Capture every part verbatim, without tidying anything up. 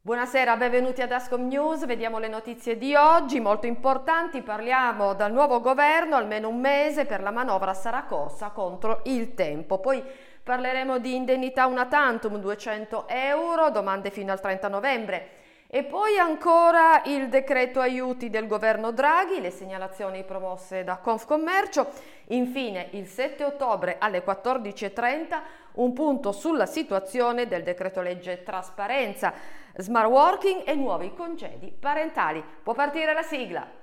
Buonasera, benvenuti ad Ascom News, vediamo le notizie di oggi, molto importanti. Parliamo dal nuovo governo, almeno un mese per la manovra sarà corsa contro il tempo. Poi parleremo di indennità una tantum, duecento euro, domande fino al trenta novembre. E poi ancora il decreto aiuti del governo Draghi, le segnalazioni promosse da Confcommercio. Infine il sette ottobre alle quattordici e trenta un punto sulla situazione del decreto legge trasparenza, smart working e nuovi congedi parentali. Può partire la sigla.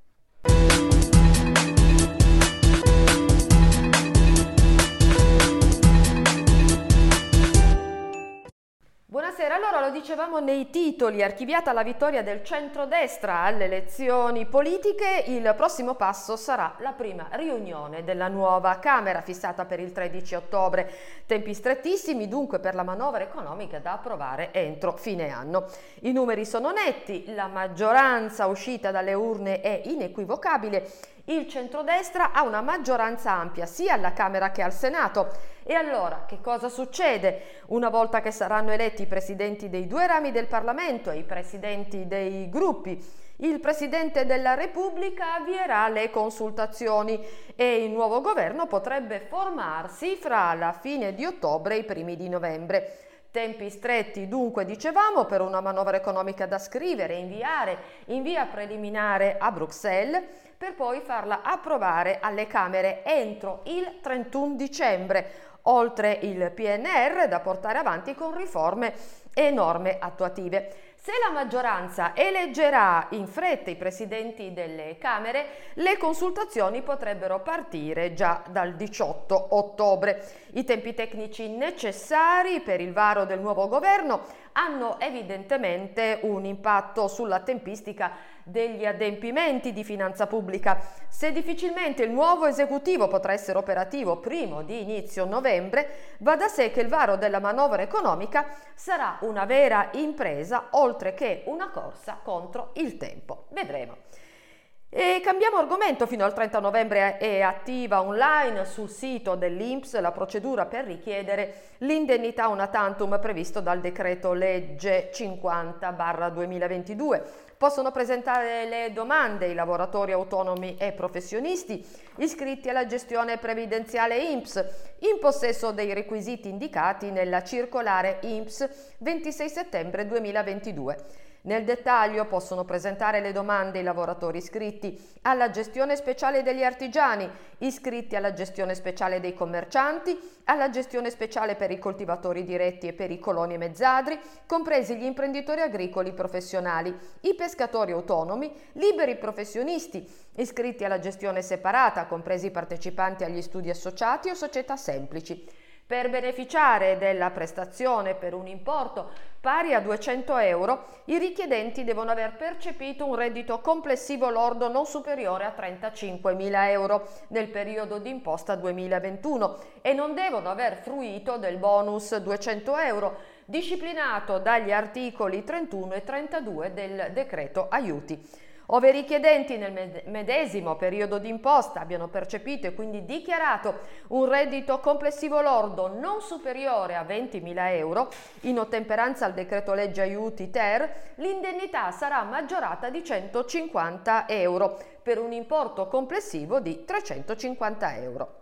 Buonasera, allora lo dicevamo nei titoli, archiviata la vittoria del centrodestra alle elezioni politiche, il prossimo passo sarà la prima riunione della nuova Camera fissata per il tredici ottobre. Tempi strettissimi dunque per la manovra economica da approvare entro fine anno. I numeri sono netti, la maggioranza uscita dalle urne è inequivocabile, il centrodestra ha una maggioranza ampia sia alla Camera che al Senato. E allora che cosa succede? Una volta che saranno eletti i presidenti dei due rami del Parlamento e i presidenti dei gruppi, il Presidente della Repubblica avvierà le consultazioni e il nuovo governo potrebbe formarsi fra la fine di ottobre e i primi di novembre. Tempi stretti dunque dicevamo per una manovra economica da scrivere e inviare in via preliminare a Bruxelles per poi farla approvare alle Camere entro il trentuno dicembre, oltre il P N R R da portare avanti con riforme e norme attuative. Se la maggioranza eleggerà in fretta i presidenti delle Camere, le consultazioni potrebbero partire già dal diciotto ottobre. I tempi tecnici necessari per il varo del nuovo governo hanno evidentemente un impatto sulla tempistica degli adempimenti di finanza pubblica. Se difficilmente il nuovo esecutivo potrà essere operativo primo di inizio novembre, va da sé che il varo della manovra economica sarà una vera impresa oltre che una corsa contro il tempo. Vedremo. E cambiamo argomento. Fino al trenta novembre è attiva online sul sito dell'I N P S la procedura per richiedere l'indennità una tantum previsto dal decreto legge cinquanta barra duemilaventidue. Possono presentare le domande i lavoratori autonomi e professionisti iscritti alla gestione previdenziale I N P S in possesso dei requisiti indicati nella circolare I N P S ventisei settembre duemilaventidue. Nel dettaglio possono presentare le domande i lavoratori iscritti alla gestione speciale degli artigiani, iscritti alla gestione speciale dei commercianti, alla gestione speciale per i coltivatori diretti e per i coloni e mezzadri, compresi gli imprenditori agricoli professionali, i pescatori autonomi, liberi professionisti, iscritti alla gestione separata, compresi i partecipanti agli studi associati o società semplici. Per beneficiare della prestazione per un importo pari a duecento euro, i richiedenti devono aver percepito un reddito complessivo lordo non superiore a trentacinquemila euro nel periodo di imposta duemilaventuno e non devono aver fruito del bonus duecento euro disciplinato dagli articoli trentuno e trentadue del decreto aiuti. Ove i richiedenti nel medesimo periodo di imposta abbiano percepito e quindi dichiarato un reddito complessivo lordo non superiore a ventimila euro, in ottemperanza al decreto legge aiuti ter, l'indennità sarà maggiorata di centocinquanta euro per un importo complessivo di trecentocinquanta euro.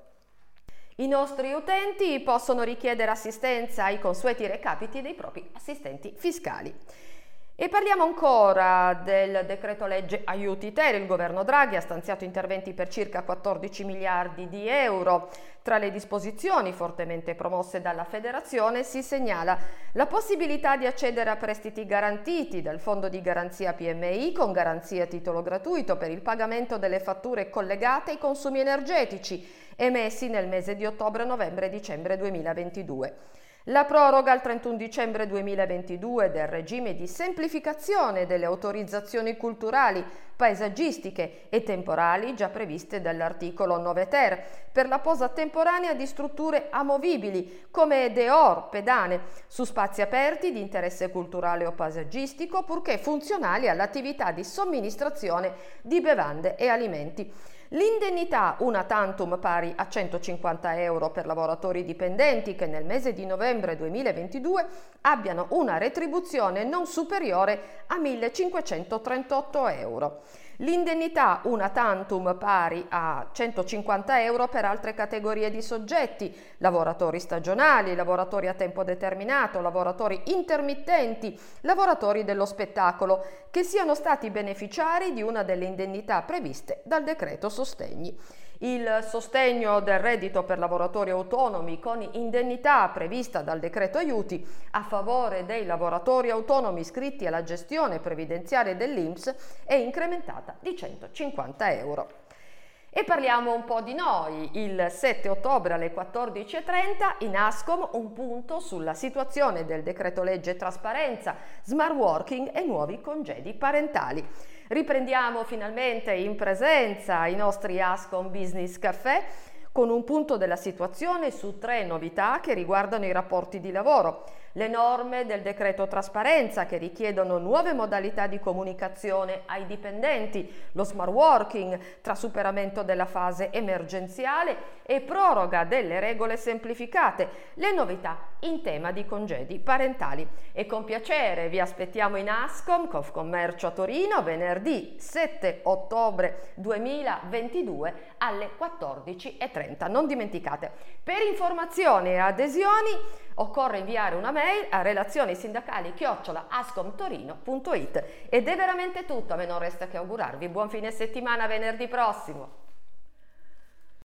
I nostri utenti possono richiedere assistenza ai consueti recapiti dei propri assistenti fiscali. E parliamo ancora del decreto legge aiuti ter. Il governo Draghi ha stanziato interventi per circa quattordici miliardi di euro. Tra le disposizioni fortemente promosse dalla Federazione si segnala la possibilità di accedere a prestiti garantiti dal Fondo di Garanzia P M I con garanzia a titolo gratuito per il pagamento delle fatture collegate ai consumi energetici emessi nel mese di ottobre, novembre e dicembre duemilaventidue. La proroga al trentuno dicembre duemilaventidue del regime di semplificazione delle autorizzazioni culturali, paesaggistiche e temporali già previste dall'articolo nove ter per la posa temporanea di strutture amovibili come deor, pedane, su spazi aperti di interesse culturale o paesaggistico purché funzionali all'attività di somministrazione di bevande e alimenti. L'indennità una tantum pari a centocinquanta euro per lavoratori dipendenti che nel mese di novembre duemilaventidue abbiano una retribuzione non superiore a millecinquecentotrentotto euro. L'indennità una tantum pari a centocinquanta euro per altre categorie di soggetti, lavoratori stagionali, lavoratori a tempo determinato, lavoratori intermittenti, lavoratori dello spettacolo, che siano stati beneficiari di una delle indennità previste dal decreto sostegni. Il sostegno del reddito per lavoratori autonomi con indennità prevista dal decreto aiuti a favore dei lavoratori autonomi iscritti alla gestione previdenziale dell'I N P S è incrementata di centocinquanta euro. E parliamo un po' di noi. Il sette ottobre alle quattordici e trenta in Ascom un punto sulla situazione del decreto legge trasparenza, smart working e nuovi congedi parentali. Riprendiamo finalmente in presenza i nostri Ascom Business Café con un punto della situazione su tre novità che riguardano i rapporti di lavoro. Le norme del decreto trasparenza che richiedono nuove modalità di comunicazione ai dipendenti, lo smart working tra superamento della fase emergenziale e proroga delle regole semplificate, le novità in tema di congedi parentali. E con piacere vi aspettiamo in Ascom, Confcommercio a Torino, venerdì sette ottobre duemilaventidue alle quattordici e trenta. Non dimenticate, per informazioni e adesioni occorre inviare una mail a relazioni sindacali chiocciola ascomtorino punto it. Ed è veramente tutto, a me non resta che augurarvi buon fine settimana venerdì prossimo.